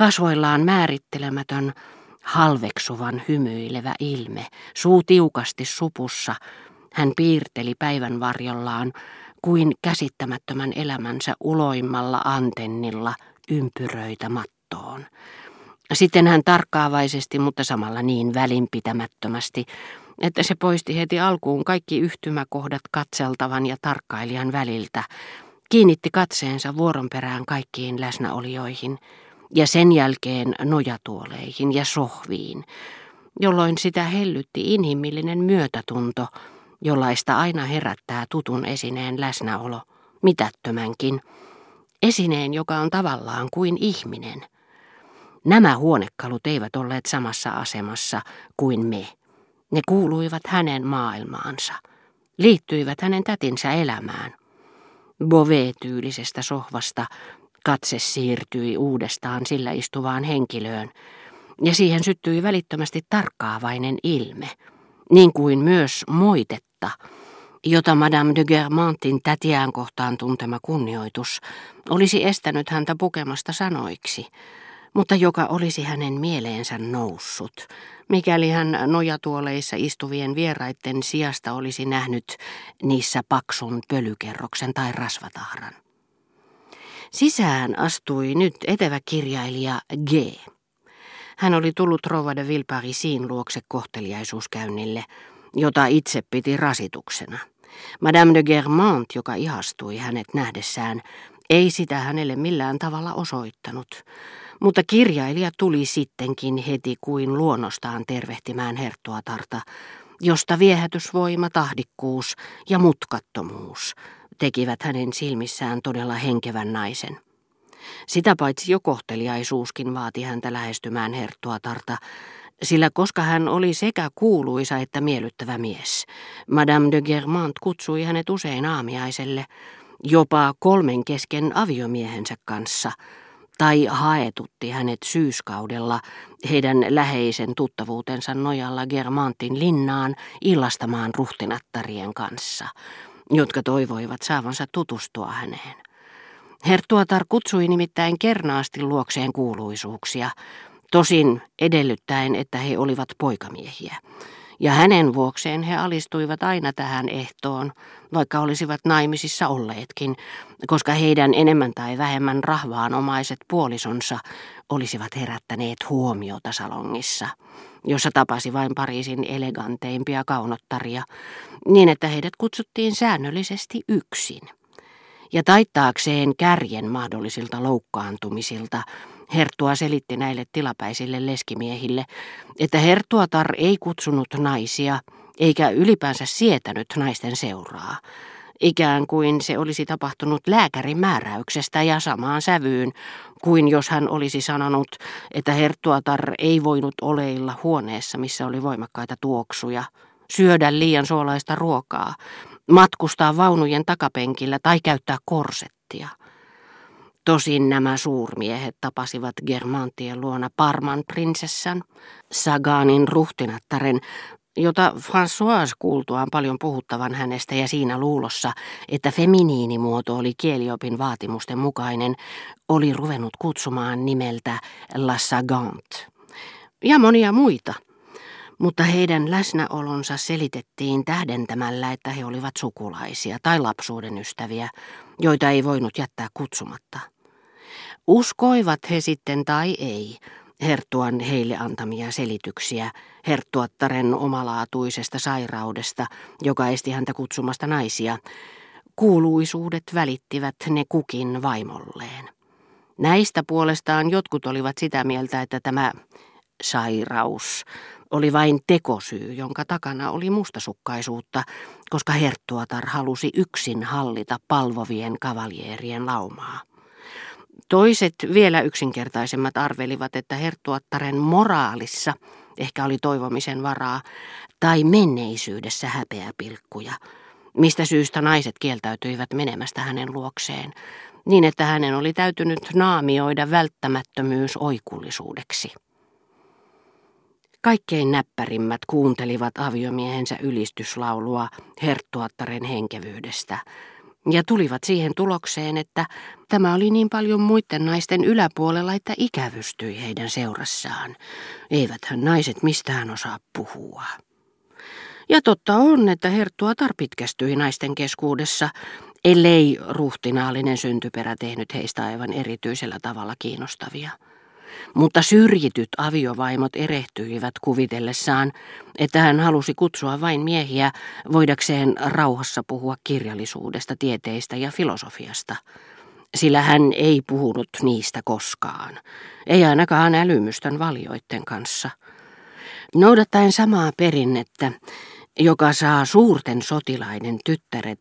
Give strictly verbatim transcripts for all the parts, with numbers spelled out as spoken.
Kasvoillaan määrittelemätön, halveksuvan hymyilevä ilme, suu tiukasti supussa, hän piirteli päivän varjollaan kuin käsittämättömän elämänsä uloimmalla antennilla ympyröitä mattoon. Sitten hän tarkkaavaisesti, mutta samalla niin välinpitämättömästi, että se poisti heti alkuun kaikki yhtymäkohdat katseltavan ja tarkkailijan väliltä, kiinnitti katseensa vuoron perään kaikkiin läsnäolijoihin ja sen jälkeen nojatuoleihin ja sohviin, jolloin sitä hellytti inhimillinen myötätunto, jollaista aina herättää tutun esineen läsnäolo, mitättömänkin, esineen, joka on tavallaan kuin ihminen. Nämä huonekalut eivät olleet samassa asemassa kuin me. Ne kuuluivat hänen maailmaansa, liittyivät hänen tätinsä elämään. Beauvais-tyylisestä sohvasta katse siirtyi uudestaan sillä istuvaan henkilöön, ja siihen syttyi välittömästi tarkkaavainen ilme, niin kuin myös moitetta, jota Madame de Guermantin tätiään kohtaan tuntema kunnioitus olisi estänyt häntä pukemasta sanoiksi, mutta joka olisi hänen mieleensä noussut, mikäli hän nojatuoleissa istuvien vieraitten sijasta olisi nähnyt niissä paksun pölykerroksen tai rasvatahran. Sisään astui nyt etevä kirjailija G. Hän oli tullut rouva de Villeparisin luokse kohteliaisuuskäynnille, jota itse piti rasituksena. Madame de Guermantes, joka ihastui hänet nähdessään, ei sitä hänelle millään tavalla osoittanut, mutta kirjailija tuli sittenkin heti kuin luonnostaan tervehtimään herttuatarta, josta viehätysvoima, tahdikkuus ja mutkattomuus tekivät hänen silmissään todella henkevän naisen. Sitä paitsi jo kohteliaisuuskin vaati häntä lähestymään herttuatarta, sillä koska hän oli sekä kuuluisa että miellyttävä mies, Madame de Guermantes kutsui hänet usein aamiaiselle, jopa kolmen kesken aviomiehensä kanssa, tai haetutti hänet syyskaudella heidän läheisen tuttavuutensa nojalla Guermantin linnaan illastamaan ruhtinattarien kanssa, jotka toivoivat saavansa tutustua häneen. Herttuatar kutsui nimittäin kernaasti luokseen kuuluisuuksia, tosin edellyttäen, että he olivat poikamiehiä. Ja hänen vuokseen he alistuivat aina tähän ehtoon, vaikka olisivat naimisissa olleetkin, koska heidän enemmän tai vähemmän rahvaanomaiset puolisonsa olisivat herättäneet huomiota salongissa, jossa tapasi vain Pariisin eleganteimpia kaunottaria, niin että heidät kutsuttiin säännöllisesti yksin. Ja taittaakseen kärjen mahdollisilta loukkaantumisilta, herttua selitti näille tilapäisille leskimiehille, että herttuatar ei kutsunut naisia, eikä ylipäänsä sietänyt naisten seuraa, ikään kuin se olisi tapahtunut lääkärin määräyksestä ja samaan sävyyn, kuin jos hän olisi sanonut, että herttuatar ei voinut oleilla huoneessa, missä oli voimakkaita tuoksuja, syödä liian suolaista ruokaa, matkustaa vaunujen takapenkillä tai käyttää korsettia. Tosin nämä suurmiehet tapasivat Guermantien luona Parman prinsessan, Saganin ruhtinattaren, jota Françoise kuultuaan paljon puhuttavan hänestä ja siinä luulossa, että feminiinimuoto oli kieliopin vaatimusten mukainen, oli ruvennut kutsumaan nimeltä La Sagante. Ja monia muita. Mutta heidän läsnäolonsa selitettiin tähdentämällä, että he olivat sukulaisia tai lapsuuden ystäviä, joita ei voinut jättää kutsumatta. Uskoivat he sitten tai ei herttuan heille antamia selityksiä herttuattaren omalaatuisesta sairaudesta, joka esti häntä kutsumasta naisia, kuuluisuudet välittivät ne kukin vaimolleen. Näistä puolestaan jotkut olivat sitä mieltä, että tämä sairaus oli vain tekosyy, jonka takana oli mustasukkaisuutta, koska herttuatar halusi yksin hallita palvovien kavaljeerien laumaa. Toiset vielä yksinkertaisemmat arvelivat, että herttuattaren moraalissa ehkä oli toivomisen varaa tai menneisyydessä häpeäpilkkuja, mistä syystä naiset kieltäytyivät menemästä hänen luokseen, niin että hänen oli täytynyt naamioida välttämättömyys oikullisuudeksi. Kaikkein näppärimmät kuuntelivat aviomiehensä ylistyslaulua herttuattaren henkevyydestä, ja tulivat siihen tulokseen, että tämä oli niin paljon muiden naisten yläpuolella, että ikävystyi heidän seurassaan. Eiväthän naiset mistään osaa puhua. Ja totta on, että herttuatar pitkästyi naisten keskuudessa, ellei ruhtinaallinen syntyperä tehnyt heistä aivan erityisellä tavalla kiinnostavia. Mutta syrjityt aviovaimot erehtyivät kuvitellessaan, että hän halusi kutsua vain miehiä voidakseen rauhassa puhua kirjallisuudesta, tieteistä ja filosofiasta. Sillä hän ei puhunut niistä koskaan, ei ainakaan älymystön valioitten kanssa. Noudattaen samaa perinnettä, joka saa suurten sotilaiden tyttäret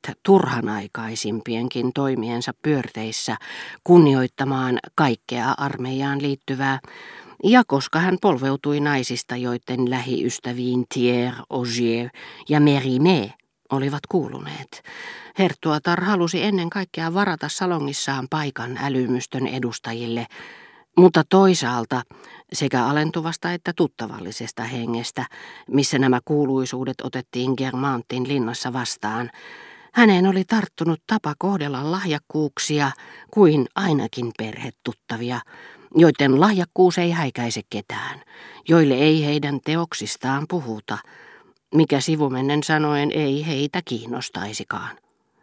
turhanaikaisimpienkin toimiensa pyörteissä kunnioittamaan kaikkea armeijaan liittyvää, ja koska hän polveutui naisista, joiden lähiystäviin Thiers, Ogier ja Mérimée olivat kuuluneet, herttuatar halusi ennen kaikkea varata salongissaan paikan älymystön edustajille, mutta toisaalta sekä alentuvasta että tuttavallisesta hengestä, missä nämä kuuluisuudet otettiin Guermantin linnassa vastaan, häneen oli tarttunut tapa kohdella lahjakkuuksia kuin ainakin perhetuttavia, joiden lahjakkuus ei häikäise ketään, joille ei heidän teoksistaan puhuta, mikä sivumennen sanoen ei heitä kiinnostaisikaan.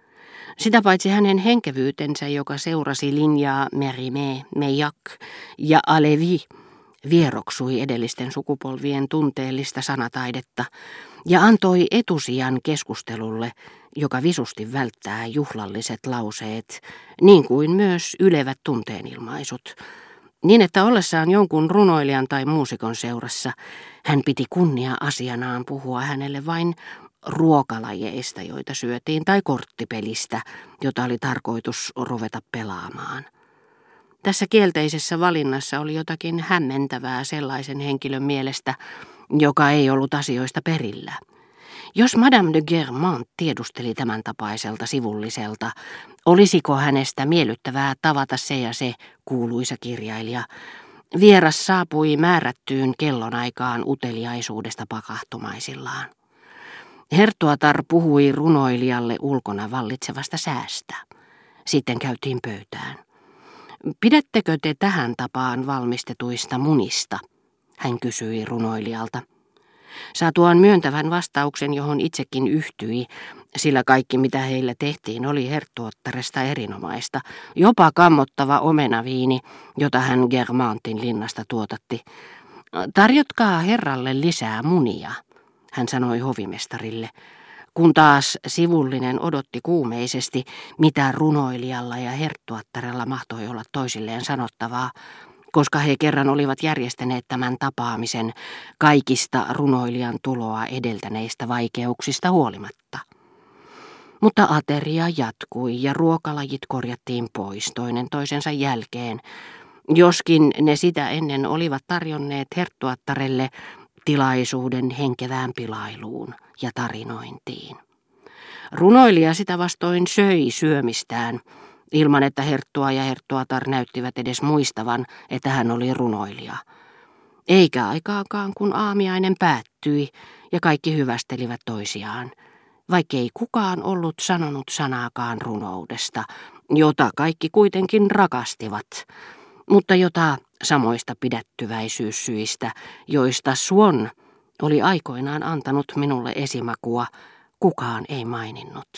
Sitä paitsi hänen henkevyytensä, joka seurasi linjaa Mérimée, Meillac ja Halévy, vieroksui edellisten sukupolvien tunteellista sanataidetta ja antoi etusijan keskustelulle, joka visusti välttää juhlalliset lauseet, niin kuin myös ylevät tunteenilmaisut, niin että ollessaan jonkun runoilijan tai muusikon seurassa hän piti kunnia-asianaan puhua hänelle vain ruokalajeista, joita syötiin, tai korttipelistä, jota oli tarkoitus ruveta pelaamaan. Tässä kielteisessä valinnassa oli jotakin hämmentävää sellaisen henkilön mielestä, joka ei ollut asioista perillä. Jos Madame de Guermantes tiedusteli tämän tapaiselta sivulliselta, olisiko hänestä miellyttävää tavata se ja se kuuluisa kirjailija, vieras saapui määrättyyn kellonaikaan uteliaisuudesta pakahtumaisillaan. Herttuatar puhui runoilijalle ulkona vallitsevasta säästä. Sitten käytiin pöytään. Pidättekö te tähän tapaan valmistetuista munista? Hän kysyi runoilijalta. Saatuaan myöntävän vastauksen, johon itsekin yhtyi, sillä kaikki mitä heillä tehtiin oli herttuattaresta erinomaista, jopa kammottava omenaviini, jota hän Guermantin linnasta tuotatti. Tarjotkaa herralle lisää munia, hän sanoi hovimestarille, kun taas sivullinen odotti kuumeisesti, mitä runoilijalla ja herttuattarella mahtoi olla toisilleen sanottavaa, koska he kerran olivat järjestäneet tämän tapaamisen kaikista runoilijan tuloa edeltäneistä vaikeuksista huolimatta. Mutta ateria jatkui ja ruokalajit korjattiin pois toinen toisensa jälkeen, joskin ne sitä ennen olivat tarjonneet herttuattarelle tilaisuuden henkevään pilailuun ja tarinointiin. Runoilija sitä vastoin söi syömistään, ilman että herttua ja herttuatar näyttivät edes muistavan, että hän oli runoilija. Eikä aikaakaan, kun aamiainen päättyi ja kaikki hyvästelivät toisiaan, vaikkei kukaan ollut sanonut sanaakaan runoudesta, jota kaikki kuitenkin rakastivat, mutta jota samoista pidättyväisyyssyistä, joista Swann oli aikoinaan antanut minulle esimakua, kukaan ei maininnut.